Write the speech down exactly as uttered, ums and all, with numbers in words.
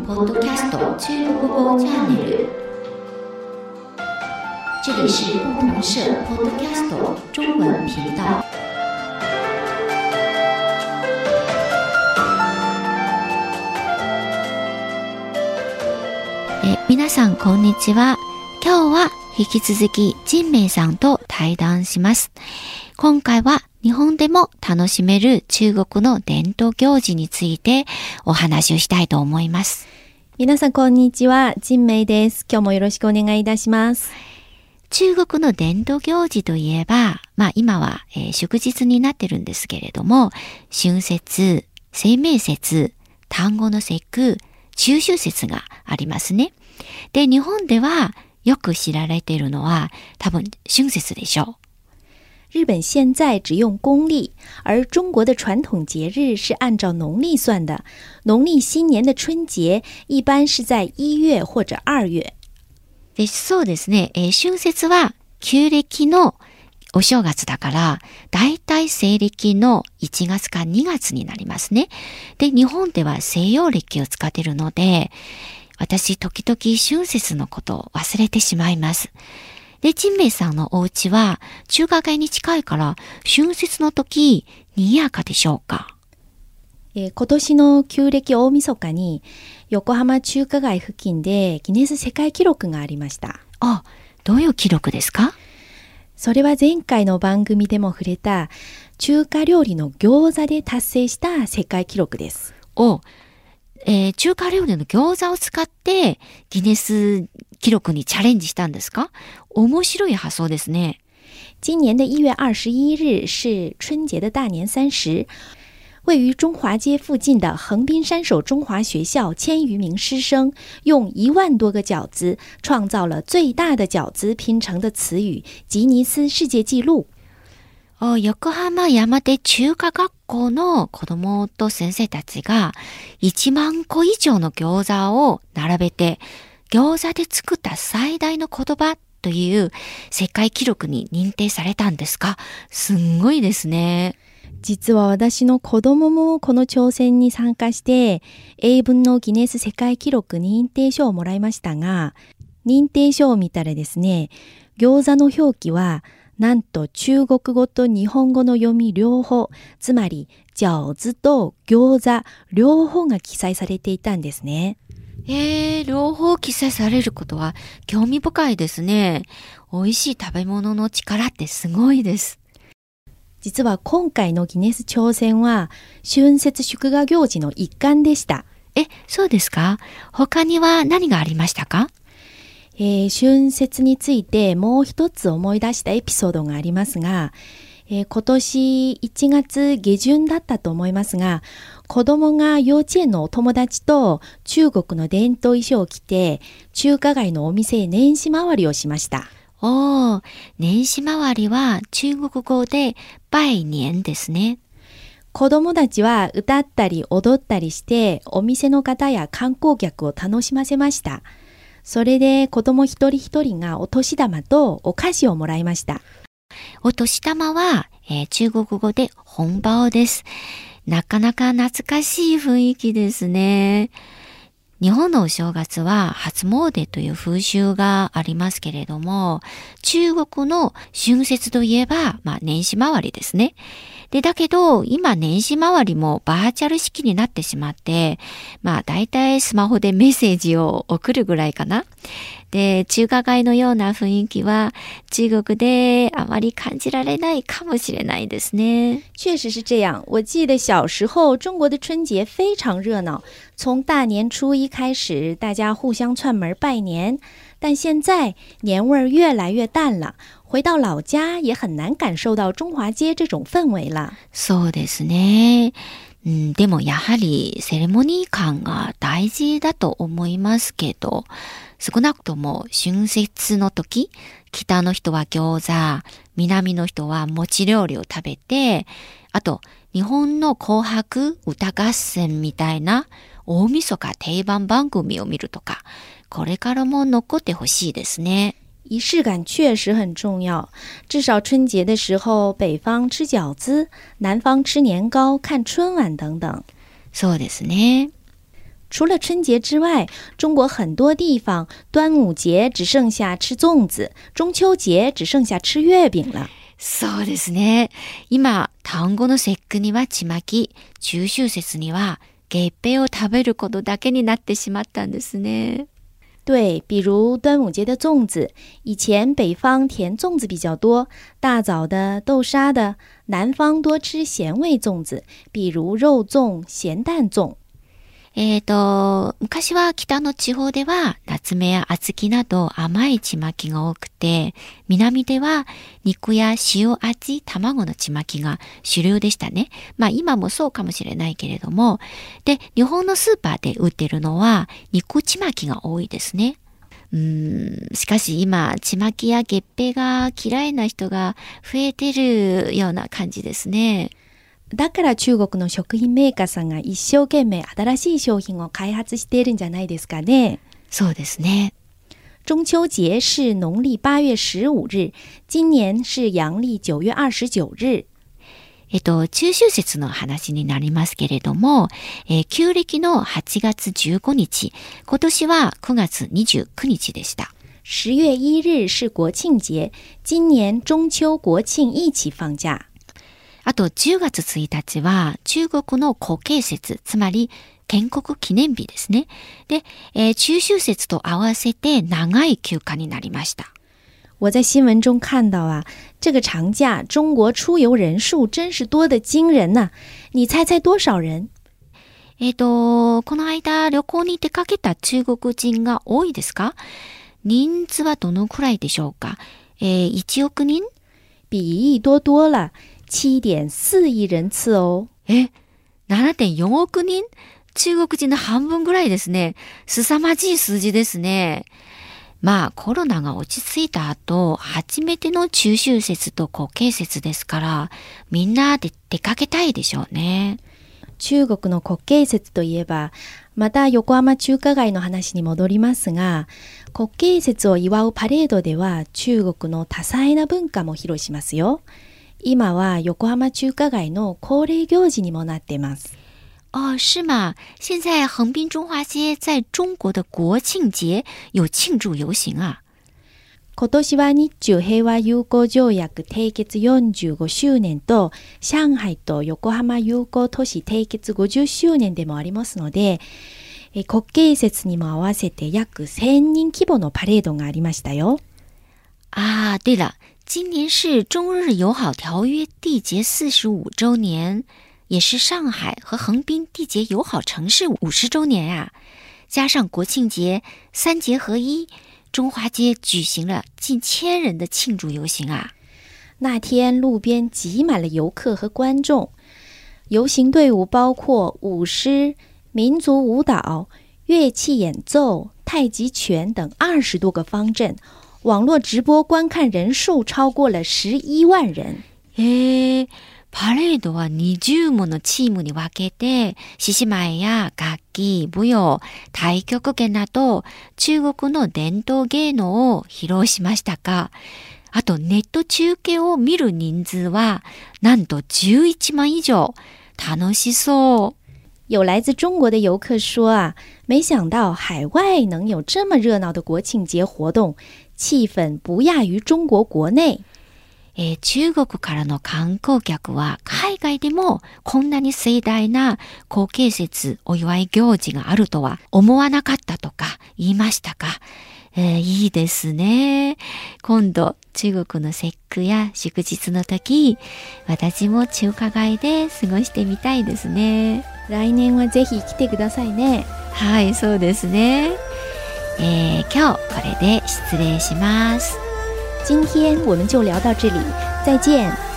ポッドキャスト中国語チャンネル。这里是不同社 Podcast 中文频道。え皆さんこんにちは。今日は引き続き陳明さんと対談します。今回は日本でも楽しめる中国の伝統行事についてお話をしたいと思います。 皆さんこんにちは、陳明です。今日もよろしくお願いいたします。 中国の伝統行事といえば、まあ今は、えー、祝日になってるんですけれども、春節、清明節、端午の節句、中秋節がありますね。で、日本ではよく知られているのは多分春節でしょう。 日本现在只用公历，而中国的传统节日是按照农历算的。农历新年的春节一般是在一月或者二月。 で、そうですね、えー、春節は旧暦のお正月だから、だいたい西暦のいちがつかにがつになりますね。で、日本では西洋暦を使っているので、私時々春節のことを忘れてしまいます。で、陳明さんのお家は中華街に近いから春節の時賑やかでしょうか？ えー、今年の旧暦大晦日に横浜中華街付近でギネス世界記録がありました。 あ、どういう記録ですか？ それは前回の番組でも触れた中華料理の餃子で達成した世界記録です。 お、えー、中華料理の餃子を使ってギネス記録にチャレンジしたんですか？面白い発想ですね。 今年的一月二十一日是春节的大年三十。位于中华街附近的横滨山手中华学校千余名师生用一万多个饺子创造了最大的饺子拼成的词语吉尼斯世界纪录。 横浜山手中華学校の子供と先生たちがいちまんこ以上の餃子を並べて餃子で作った最大の言葉という世界記録に認定されたんですか？すんごいですね。 実は私の子供もこの挑戦に参加して英文のギネス世界記録認定書をもらいましたが、認定書を見たらですね、餃子の表記はなんと中国語と日本語の読み両方、つまり餃子と餃子両方が記載されていたんですね。 えー、両方記載されることは興味深いですね。美味しい食べ物の力ってすごいです。 実は今回のギネス挑戦は春節祝賀行事の一環でした。 え、そうですか？他には何がありましたか？ えー、春節についてもう一つ思い出したエピソードがありますが、えー、今年いちがつ下旬だったと思いますが、子供が幼稚園のお友達と中国の伝統衣装を着て中華街のお店へ年始回りをしました。 おー、年始回りは中国語で拜年ですね。 子供たちは歌ったり踊ったりしてお店の方や観光客を楽しませました。それで子供一人一人がお年玉とお菓子をもらいました。 お年玉は、えー、中国語で紅包です。なかなか懐かしい雰囲気ですね。日本のお正月は初詣という風習がありますけれども、中国の春節といえば、まあ年始回りですね。で、だけど今年始回りもバーチャル式になってしまって、まあ大体スマホでメッセージを送るぐらいかな。で、中華街のような雰囲気は中国であまり感じられないかもしれないですね。 确实是这样。我记得小时候中国的春节非常热闹，从大年初一开始，大家互相串门拜年。但现在年味儿越来越淡了，回到老家也很難感受到中華街這種氛圍了。 そうですね。うん、でもやはりセレモニー感が大事だと思いますけど、少なくとも春節の時、北の人は餃子、南の人は餅料理を食べて、あと日本の紅白歌合戦みたいな大晦日定番番組を見るとか、これからも残ってほしいですね。 仪式感确实很重要，至少春节的时候，北方吃饺子，南方吃年糕，看春晚等等。 そうですね。 除了春节之外，中国很多地方端午节只剩下吃粽子，中秋节只剩下吃月饼了。 そうですね。今、単語の節句にはちまき、中秋節には月餅を食べることだけになってしまったんですね。 对，比如端午节的粽子，以前北方甜粽子比较多，大枣的、豆沙的，南方多吃咸味粽子，比如肉粽、咸蛋粽。 えーと、昔は北の地方では夏目や小豆など甘いちまきが多くて、南では肉や塩味、卵のちまきが主流でしたね。まあ今もそうかもしれないけれども、で、日本のスーパーで売ってるのは肉ちまきが多いですね。うーん、しかし今、ちまきや月餅が嫌いな人が増えてるような感じですね。 だから中国の食品メーカーさんが一生懸命新しい商品を開発しているんじゃないですかね。 そうですね。 中秋节是农历八月十五日，今年是陽曆九月二十九日。 えっと、中秋節の話になりますけれども、えー、旧暦のはちがつじゅうごにち、今年はくがつにじゅうくにちでした。 十月一日是国庆节，今年中秋国庆一起放假。 あとじゅうがつついたちは中国の国慶節、つまり建国記念日ですね。で、えー、中秋節と合わせて長い休暇になりました。 我在新闻中看到啊，这个长假中国出游人数真是多得惊人呐、啊！你猜猜多少人？ えっと、この間旅行に出かけた中国人が多いですか？人数はどのくらいでしょうか？えー、いちおくにん？ 比一亿多多了。七点四亿人次哦。 え、ななてんよんおくにん？中国人の半分ぐらいですね。凄まじい数字ですね。まあコロナが落ち着いた後、初めての中秋節と国慶節ですから、みんなで出かけたいでしょうね。 中国の国慶節といえば、また横浜中華街の話に戻りますが、国慶節を祝うパレードでは中国の多彩な文化も披露しますよ。今は横浜中華街の恒例行事にもなっています。 哦，是吗？现在横滨中华街在中国的国庆节有庆祝游行啊。 今年は日中平和友好条約締結よんじゅうごしゅうねんと上海と横浜友好都市締結ごじゅっしゅうねんでもありますので、国慶節にも合わせて約せんにん規模のパレードがありましたよ。 啊，对了。今年是中日友好条约缔结四十五周年，也是上海和横滨缔结友好城市五十周年啊！加上国庆节，三节合一，中华街举行了近千人的庆祝游行啊！ 那天路边挤满了游客和观众，游行队伍包括舞狮、民族舞蹈、乐器演奏、太极拳等二十多个方阵。网络直播观看人数超过了十一万人。 えー、パレードはにじゅうものチームに分けて、獅子舞や楽器、舞踊、太極拳など中国の伝統芸能を披露しましたか。あとネット中継を見る人数はなんとじゅういちまん以上。楽しそう。 有来自中国的游客说啊，没想到海外能有这么热闹的国庆节活动，气氛不亚于中国国内。 えー、中国からの観光客は海外でもこんなに盛大な国慶節お祝い行事があるとは思わなかったとか言いましたか。えー、いいですね。今度中国の節句や祝日の時、私も中華街で過ごしてみたいですね。 来年はぜひ来てくださいね。 はい、そうですね。えー、今日これで失礼します。 今天我们就聊到这里，再见。